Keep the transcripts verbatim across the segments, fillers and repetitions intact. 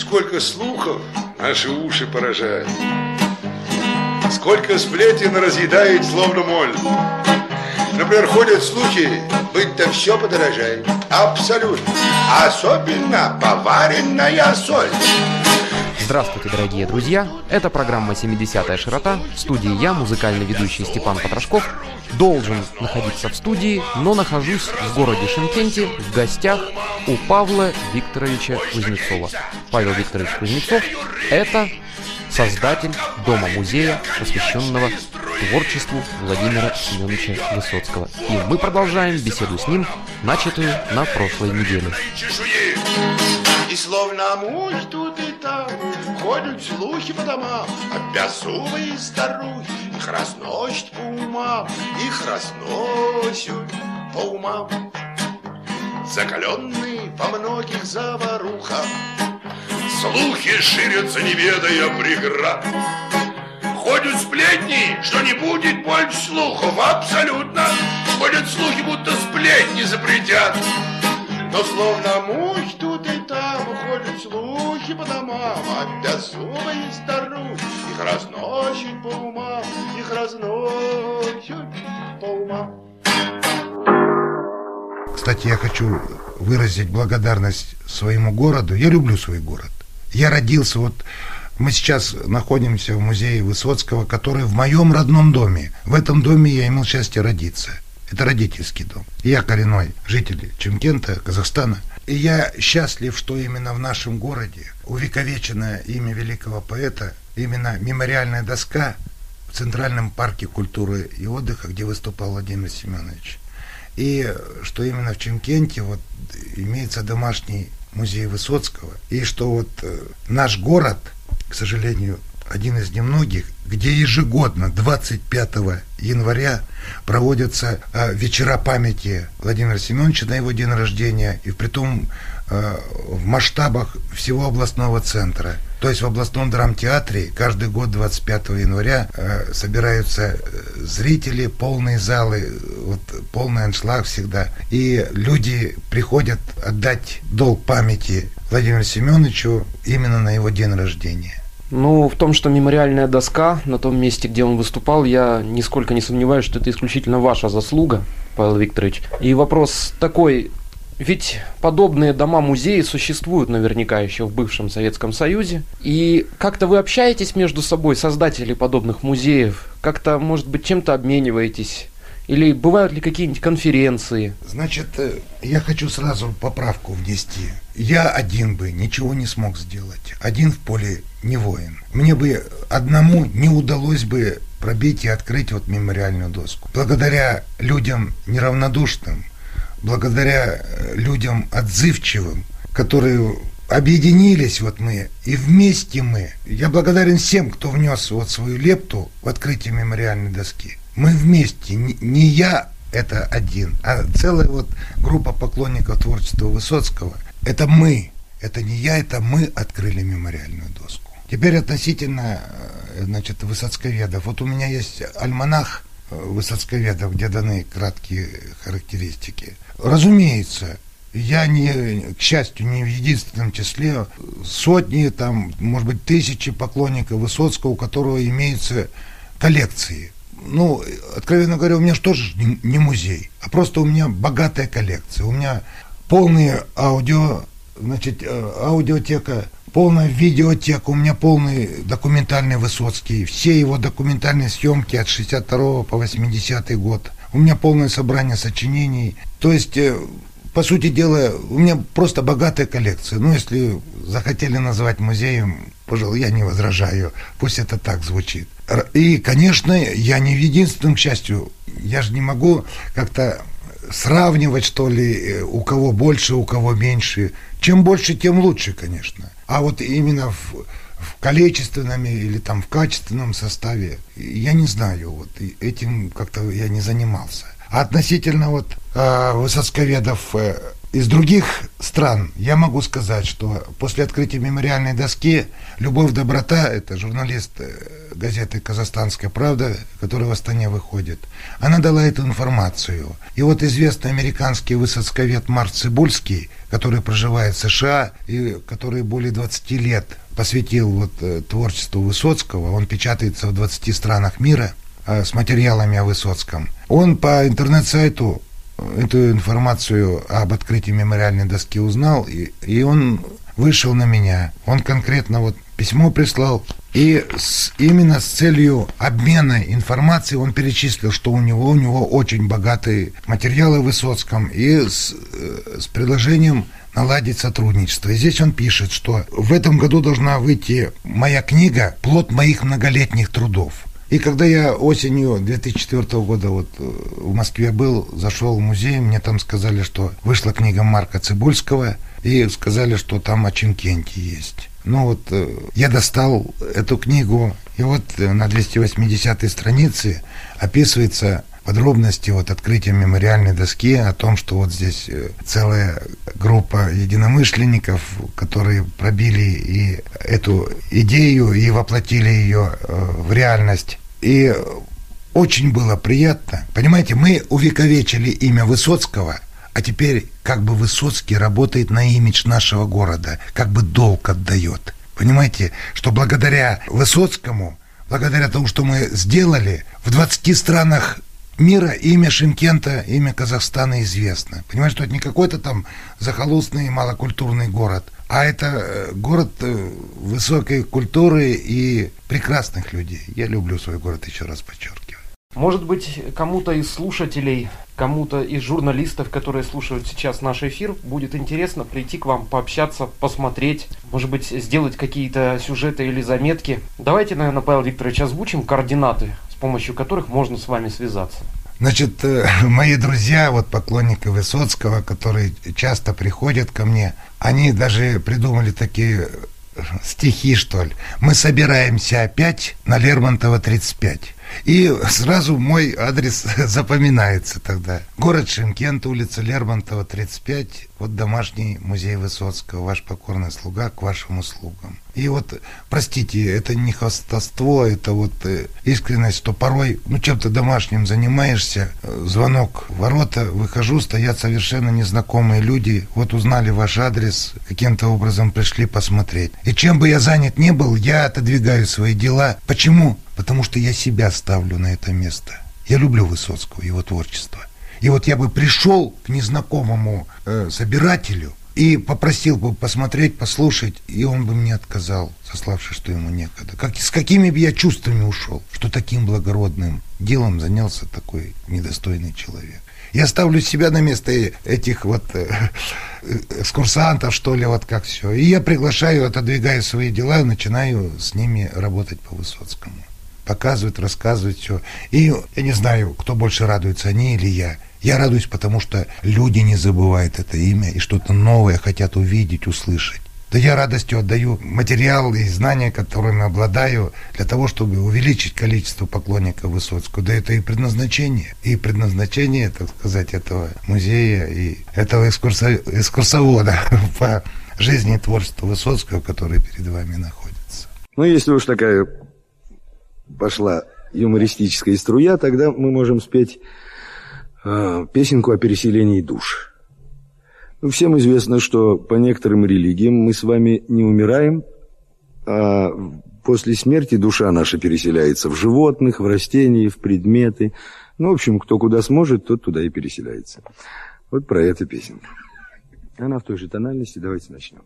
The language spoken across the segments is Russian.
сколько слухов наши уши поражает, сколько сплетен разъедает, словно моль. Например, ходят слухи, быть-то все подорожает. Абсолютно. Особенно поваренная соль. Здравствуйте, дорогие друзья! Это программа «семидесятая широта». В студии я, музыкальный ведущий Степан Потрошков. Должен находиться в студии, но нахожусь в городе Шымкенте в гостях у Павла Викторовича Кузнецова. Павел Викторович Кузнецов – это создатель дома-музея, посвященного творчеству Владимира Семеновича Высоцкого. И мы продолжаем беседу с ним, начатую на прошлой неделе. И словно муж тут и там ходят слухи по домам, обязовые старухи их разносят по умам, их разносят по умам. Закаленные по многих заварухах, слухи ширятся, не ведая преград. Ходят сплетни, что не будет больше слухов, абсолютно. Ходят слухи, будто сплетни запретят. Но словно мух тут и там ходят слухи по домам, обязовые старухи их разносят по умам, их разносят по умам. Кстати, я хочу выразить благодарность своему городу. Я люблю свой город. Я родился, вот мы сейчас находимся в музее Высоцкого, который в моем родном доме. В этом доме я имел счастье родиться. Это родительский дом. Я коренной житель Чимкента, Казахстана. И я счастлив, что именно в нашем городе увековечено имя великого поэта, именно мемориальная доска в Центральном парке культуры и отдыха, где выступал Владимир Семенович. И что именно в Чимкенте вот имеется домашний музей Высоцкого. И что вот э, наш город, к сожалению, один из немногих, где ежегодно двадцать пятого января проводятся э, вечера памяти Владимира Семеновича на его день рождения, и притом э, в масштабах всего областного центра. То есть в областном драмтеатре каждый год двадцать пятого января э, собираются зрители, полные залы, вот, полный аншлаг всегда. И люди приходят отдать долг памяти Владимиру Семеновичу именно на его день рождения. Ну, в том, что мемориальная доска на том месте, где он выступал, я нисколько не сомневаюсь, что это исключительно ваша заслуга, Павел Викторович. И вопрос такой, ведь подобные дома-музеи существуют наверняка еще в бывшем Советском Союзе. И как-то вы общаетесь между собой, создатели подобных музеев? Как-то, может быть, чем-то обмениваетесь? Или бывают ли какие-нибудь конференции? Значит, я хочу сразу поправку внести. Я один бы ничего не смог сделать. Один в поле не воин. Мне бы одному не удалось бы пробить и открыть вот мемориальную доску. Благодаря людям неравнодушным, благодаря людям отзывчивым, которые объединились вот мы, и вместе мы. Я благодарен всем, кто внес вот свою лепту в открытие мемориальной доски. Мы вместе, не я это один, а целая вот группа поклонников творчества Высоцкого. Это мы, это не я, это мы открыли мемориальную доску. Теперь относительно, значит, высоцковедов. Вот у меня есть альманах высоцковедов, где даны краткие характеристики. Разумеется, я не, к счастью, не в единственном числе. Сотни, там, может быть, тысячи поклонников Высоцкого, у которого имеются коллекции. Ну, откровенно говоря, у меня же тоже не, не музей, а просто у меня богатая коллекция. У меня полная аудио, значит, аудиотека, полная видеотека, у меня полный документальный Высоцкий, все его документальные съемки от шестьдесят второго по восьмидесятый год. У меня полное собрание сочинений. То есть, по сути дела, у меня просто богатая коллекция. Ну, если захотели назвать музеем, пожалуй, я не возражаю, пусть это так звучит. И, конечно, я не единственным, к счастью, я же не могу как-то сравнивать, что ли, у кого больше, у кого меньше. Чем больше, тем лучше, конечно. А вот именно в, в количественном или там в качественном составе, я не знаю, вот этим как-то я не занимался. А относительно вот э, высоцковедов, э, из других стран я могу сказать, что после открытия мемориальной доски Любовь Доброта, это журналист газеты «Казахстанская правда», которая в Астане выходит, она дала эту информацию. И вот известный американский высоцковед Марк Цибульский, который проживает в США и который более двадцати лет посвятил вот творчеству Высоцкого, он печатается в двадцати странах мира с материалами о Высоцком, он по интернет-сайту эту информацию об открытии мемориальной доски узнал, и, и он вышел на меня. Он конкретно вот письмо прислал, и с, именно с целью обмена информацией он перечислил, что у него, у него очень богатые материалы о Высоцком, и с, с предложением наладить сотрудничество. И здесь он пишет, что в этом году должна выйти моя книга «Плод моих многолетних трудов». И когда я осенью две тысячи четвёртого года вот в Москве был, зашел в музей, мне там сказали, что вышла книга Марка Цибульского, и сказали, что там о Чимкенте есть. Ну вот я достал эту книгу, и вот на двести восьмидесятой странице описывается подробности вот открытия мемориальной доски, о том, что вот здесь целая группа единомышленников, которые пробили и эту идею и воплотили ее в реальность. И очень было приятно. Понимаете, мы увековечили имя Высоцкого, а теперь как бы Высоцкий работает на имидж нашего города, как бы долг отдает. Понимаете, что благодаря Высоцкому, благодаря тому, что мы сделали, в двадцати странах мира имя Шымкента, имя Казахстана известно. Понимаешь, что это не какой-то там захолустный малокультурный город, а это город высокой культуры и прекрасных людей. Я люблю свой город, еще раз подчеркиваю. Может быть, кому-то из слушателей, кому-то из журналистов, которые слушают сейчас наш эфир, будет интересно прийти к вам, пообщаться, посмотреть, может быть, сделать какие-то сюжеты или заметки. Давайте, наверное, Павел Викторович, озвучим координаты, с помощью которых можно с вами связаться. Значит, мои друзья, вот поклонники Высоцкого, которые часто приходят ко мне, они даже придумали такие стихи, что ли. Мы собираемся опять на Лермонтова тридцать пять. И сразу мой адрес запоминается тогда. Город Шымкент, улица Лермонтова, тридцать пять. Вот домашний музей Высоцкого. Ваш покорный слуга к вашим услугам. И вот, простите, это не хвастовство, это вот искренность, что порой, ну, чем-то домашним занимаешься, звонок в ворота, выхожу, стоят совершенно незнакомые люди, вот узнали ваш адрес, каким-то образом пришли посмотреть. И чем бы я занят не был, я отодвигаю свои дела. Почему? Потому что я себя ставлю на это место. Я люблю Высоцкого, его творчество. И вот я бы пришел к незнакомому э, собирателю и попросил бы посмотреть, послушать, и он бы мне отказал, сославшись, что ему некогда. Как, с какими бы я чувствами ушел, что таким благородным делом занялся такой недостойный человек. Я ставлю себя на место этих вот э, экскурсантов, что ли, вот как все. И я приглашаю, отодвигаю свои дела и начинаю с ними работать по Высоцкому. Показывать, рассказывать все. И я не знаю, кто больше радуется, они или я. Я радуюсь, потому что люди не забывают это имя и что-то новое хотят увидеть, услышать. Да я радостью отдаю материал и знания, которыми обладаю, для того, чтобы увеличить количество поклонников Высоцкого. Да это и предназначение. И предназначение, так сказать, этого музея и этого экскурса... экскурсовода по жизни и творчеству Высоцкого, который перед вами находится. Ну, если уж такая пошла юмористическая струя, тогда мы можем спеть э, песенку о переселении душ. Ну, всем известно, что по некоторым религиям мы с вами не умираем, а после смерти душа наша переселяется в животных, в растения, в предметы. Ну, в общем, кто куда сможет, тот туда и переселяется. Вот про эту песенку. Она в той же тональности. Давайте начнем.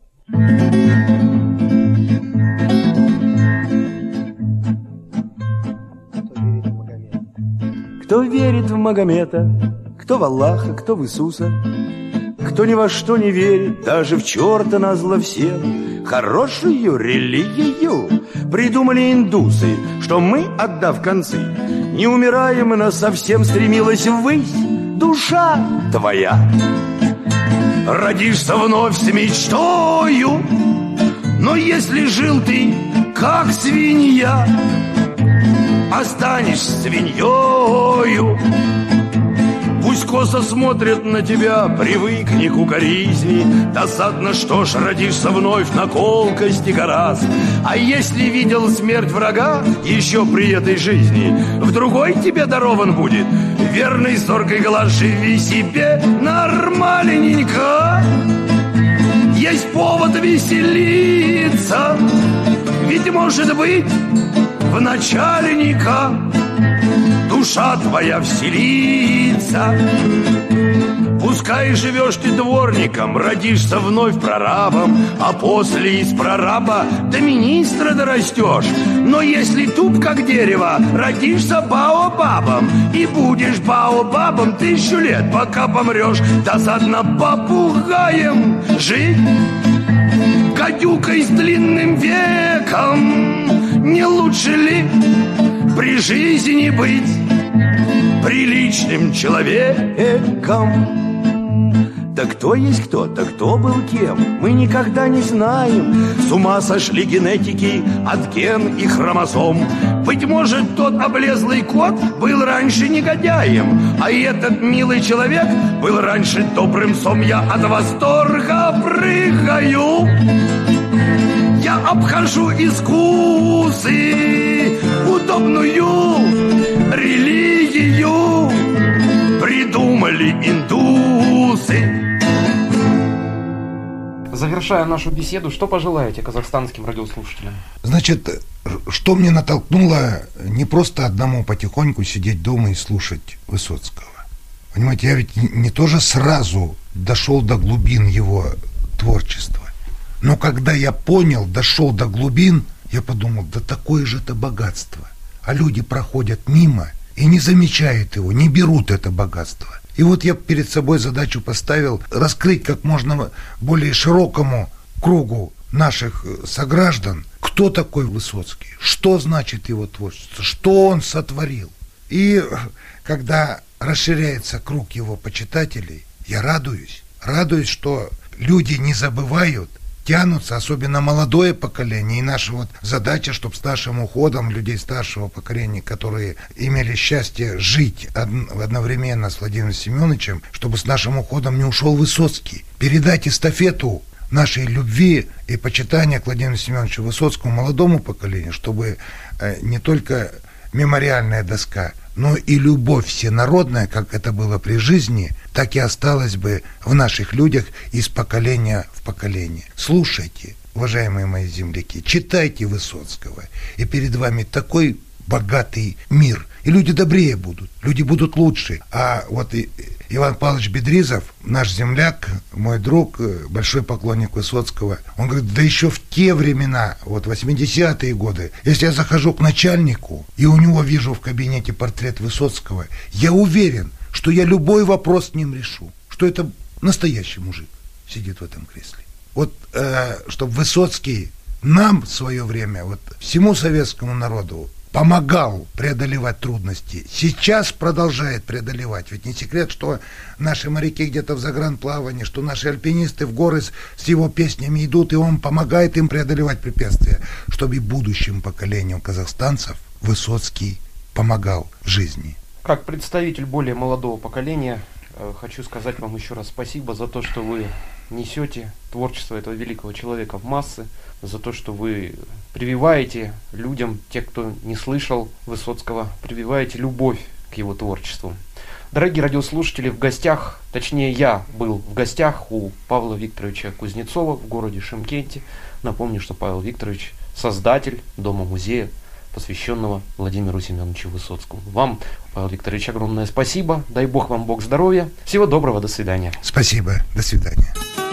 Кто верит в Магомета, кто в Аллаха, кто в Иисуса, кто ни во что не верит, даже в черта назло всем, хорошую религию придумали индусы, что мы, отдав концы, не умираем, и нас совсем стремилась ввысь душа твоя. Родишься вновь с мечтою, но если жил ты, как свинья, останешься свиньёю. Пусть косо смотрят на тебя, привыкни к укоризни. Досадно, что ж, родишься вновь на колкости гораст. А если видел смерть врага еще при этой жизни, в другой тебе дарован будет верный зоркий глаз. Живи себе нормальненько, есть повод веселиться. Ведь, может быть, в начальника душа твоя вселится. Пускай живешь ты дворником, родишься вновь прорабом, а после из прораба до министра дорастешь. Но если туп как дерево, родишься баобабом, и будешь баобабом тысячу лет, пока помрешь. Досадно попугаем жить, гадюкой с длинным веком. Не лучше ли при жизни быть приличным человеком? Да кто есть кто, да кто был кем, мы никогда не знаем. С ума сошли генетики от ген и хромосом. Быть может, тот облезлый кот был раньше негодяем, а этот милый человек был раньше добрым сом. Я от восторга прыгаю, я обхожу искусы, удобную религию придумали индусы. Завершая нашу беседу, что пожелаете казахстанским радиослушателям? Значит, что мне натолкнуло не просто одному потихоньку сидеть дома и слушать Высоцкого. Понимаете, я ведь не тоже сразу дошел до глубин его творчества. Но когда я понял, дошел до глубин, я подумал, да такое же это богатство. А люди проходят мимо и не замечают его, не берут это богатство. И вот я перед собой задачу поставил раскрыть как можно более широкому кругу наших сограждан, кто такой Высоцкий, что значит его творчество, что он сотворил. И когда расширяется круг его почитателей, я радуюсь, радуюсь, что люди не забывают, тянутся, особенно молодое поколение. И наша вот задача, чтобы с нашим уходом людей старшего поколения, которые имели счастье жить одновременно с Владимиром Семеновичем, чтобы с нашим уходом не ушел Высоцкий. Передать эстафету нашей любви и почитания к Владимиру Семеновичу Высоцкому молодому поколению, чтобы не только мемориальная доска, но и любовь всенародная, как это было при жизни, так и осталась бы в наших людях из поколения в поколение. Слушайте, уважаемые мои земляки, читайте Высоцкого, и перед вами такой богатый мир. И люди добрее будут, люди будут лучше. А вот и Иван Павлович Бедризов, наш земляк, мой друг, большой поклонник Высоцкого, он говорит, да еще в те времена, вот восьмидесятые годы, если я захожу к начальнику, и у него вижу в кабинете портрет Высоцкого, я уверен, что я любой вопрос с ним решу, что это настоящий мужик сидит в этом кресле. Вот, э, чтобы Высоцкий нам в свое время, вот всему советскому народу, помогал преодолевать трудности, сейчас продолжает преодолевать. Ведь не секрет, что наши моряки где-то в загранплавании, что наши альпинисты в горы с, с его песнями идут, и он помогает им преодолевать препятствия, чтобы и будущим поколениям казахстанцев Высоцкий помогал в жизни. Как представитель более молодого поколения, хочу сказать вам еще раз спасибо за то, что вы несете творчество этого великого человека в массы, за то, что вы прививаете людям, те, кто не слышал Высоцкого, прививаете любовь к его творчеству. Дорогие радиослушатели, в гостях, точнее я был в гостях у Павла Викторовича Кузнецова в городе Шымкенте. Напомню, что Павел Викторович создатель дома-музея, посвященного Владимиру Семеновичу Высоцкому. Вам, Павел Викторович, огромное спасибо. Дай Бог вам Бог здоровья. Всего доброго, до свидания. Спасибо, до свидания.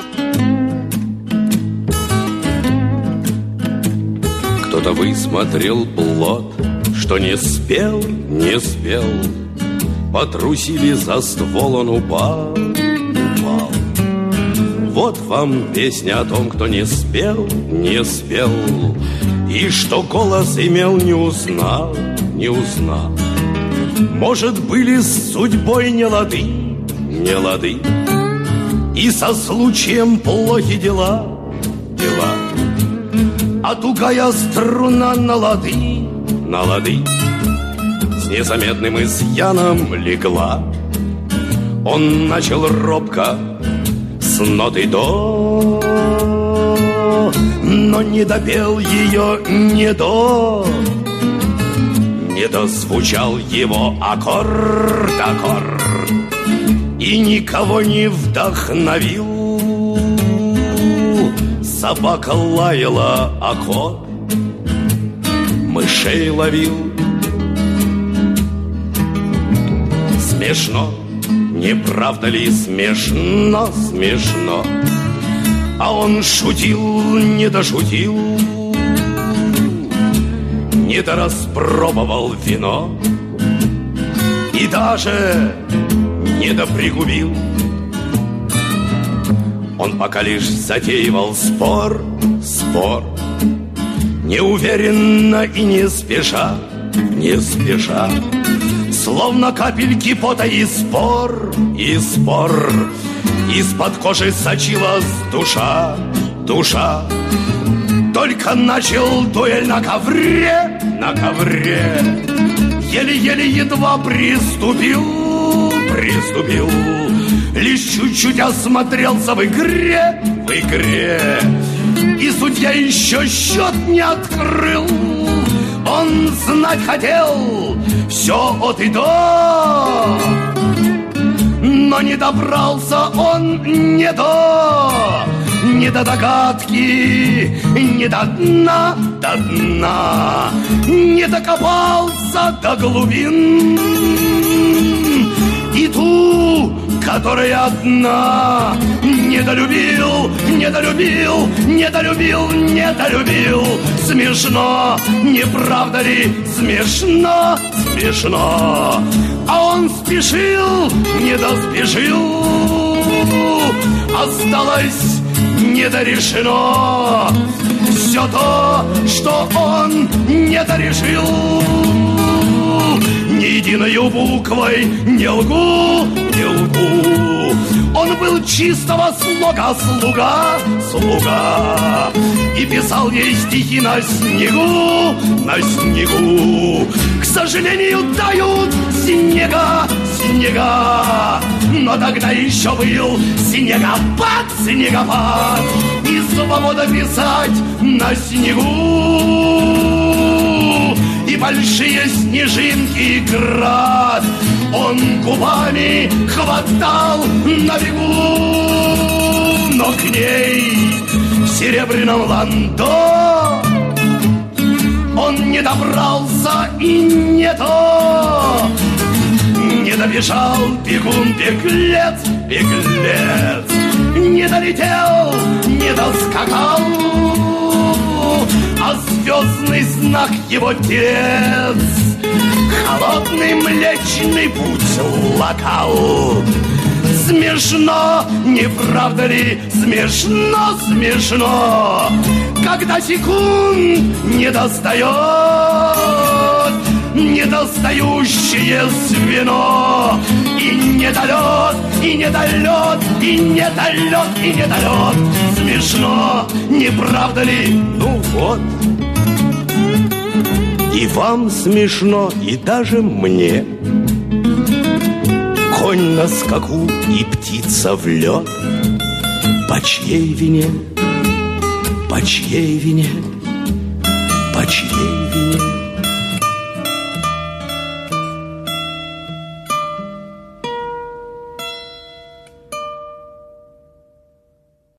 Кто-то высмотрел плод, что не спел, не спел. Потрусили за ствол, он упал, упал. Вот вам песня о том, кто не спел, не спел. И что голос имел, не узнал, не узнал. Может, были с судьбой не лады, не лады, и со случаем плохи дела, дела. А тугая струна на лады, на лады, с незаметным изъяном легла. Он начал робко с ноты до, но не допел ее не до, не дозвучал его аккорд, аккорд, и никого не вдохновил. Собака лаяла, а кот мышей ловил. Смешно, не правда ли смешно, смешно? А он шутил, не дошутил, не дораспробовал вино и даже не допригубил. Он пока лишь затеивал спор, спор, неуверенно и не спеша, не спеша, словно капельки пота и спор, и спор. Из-под кожи сочилась душа, душа. Только начал дуэль на ковре, на ковре, еле-еле едва приступил, приступил. Лишь чуть-чуть осмотрелся в игре, в игре, и судья еще счет не открыл. Он знать хотел все от и до, но не добрался он не до, не до догадки, не до дна, до дна, не докопался до глубин. И ту, которая одна, недолюбил, недолюбил, недолюбил, недолюбил. Смешно, не правда ли? Смешно, смешно. А он спешил, не доспешил. Осталось недорешено все то, что он недорешил. Ни единою буквой не лгу, не лгу. Он был чистого слога слуга, слуга, и писал ей стихи на снегу, на снегу. К сожалению, тают снега, снега, но тогда еще был снегопад, снегопад, и свобода писать на снегу. И большие снежинки град он губами хватал на бегу, но к ней в серебряном ландо он не добрался и не то. Не добежал бегун-беглец, беглец, не долетел, не доскакал, а звездный знак его тец холодный млечный путь локал. Смешно, не правда ли? Смешно, смешно, когда секунд не достает недостающее звено. И недолет, и недолет, и недолет, и недолет. Смешно, не правда ли? Ну вот. И вам смешно, и даже мне. Конь на скаку и птица в лед. По чьей вине? По чьей вине? По чьей вине?